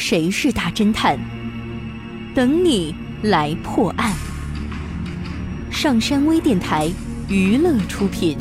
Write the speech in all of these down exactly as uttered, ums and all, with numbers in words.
谁是大侦探？等你来破案。上山微电台娱乐出品。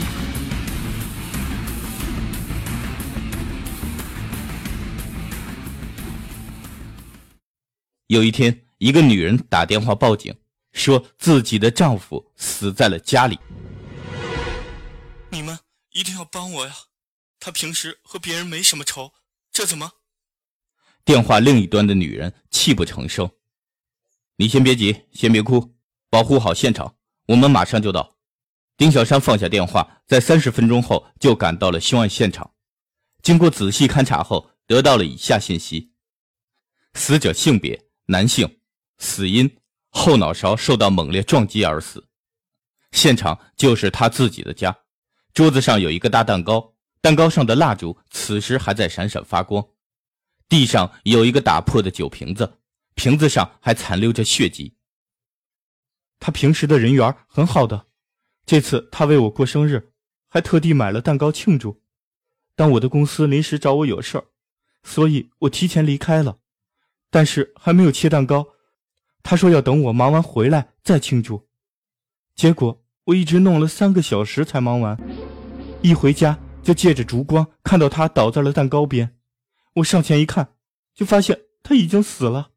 有一天，一个女人打电话报警，说自己的丈夫死在了家里。 你们一定要帮我呀，他平时和别人没什么仇，这怎么？ 电话另一端的女人泣不成声。你先别急，先别哭，保护好现场，我们马上就到。丁小山放下电话，在三十分钟后就赶到了凶案现场。经过仔细勘查后，得到了以下信息：死者性别男性，死因后脑勺受到猛烈撞击而死。现场就是他自己的家，桌子上有一个大蛋糕，蛋糕上的蜡烛此时还在闪闪发光。地上有一个打破的酒瓶子，瓶子上还残留着血迹。 他平时的人缘很好的，这次他为我过生日，还特地买了蛋糕庆祝。但我的公司临时找我有事儿，所以我提前离开了。但是还没有切蛋糕，他说要等我忙完回来再庆祝。结果我一直弄了三个小时才忙完，一回家就借着烛光看到他倒在了蛋糕边。我上前一看，就发现他已经死了。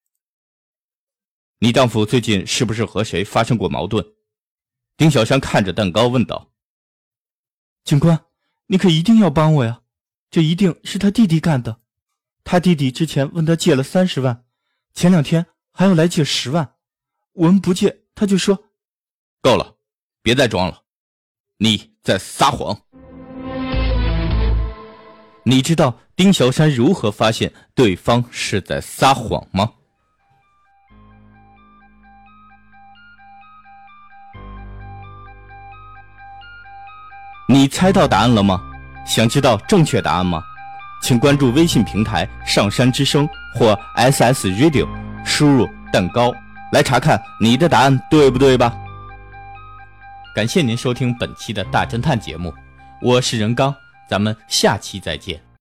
你丈夫最近是不是和谁发生过矛盾？丁小山看着蛋糕问道。 警官，你可一定要帮我呀，这一定是他弟弟干的。他弟弟之前问他借了三十万，前两天还要来借十万，我们不借他就说够了，别再装了，你在撒谎。你知道丁小山如何发现对方是在撒谎吗？你猜到答案了吗？想知道正确答案吗？请关注微信平台上山之声或 S S Radio， 输入蛋糕来查看你的答案对不对吧。感谢您收听本期的大侦探节目，我是任刚，咱们下期再见。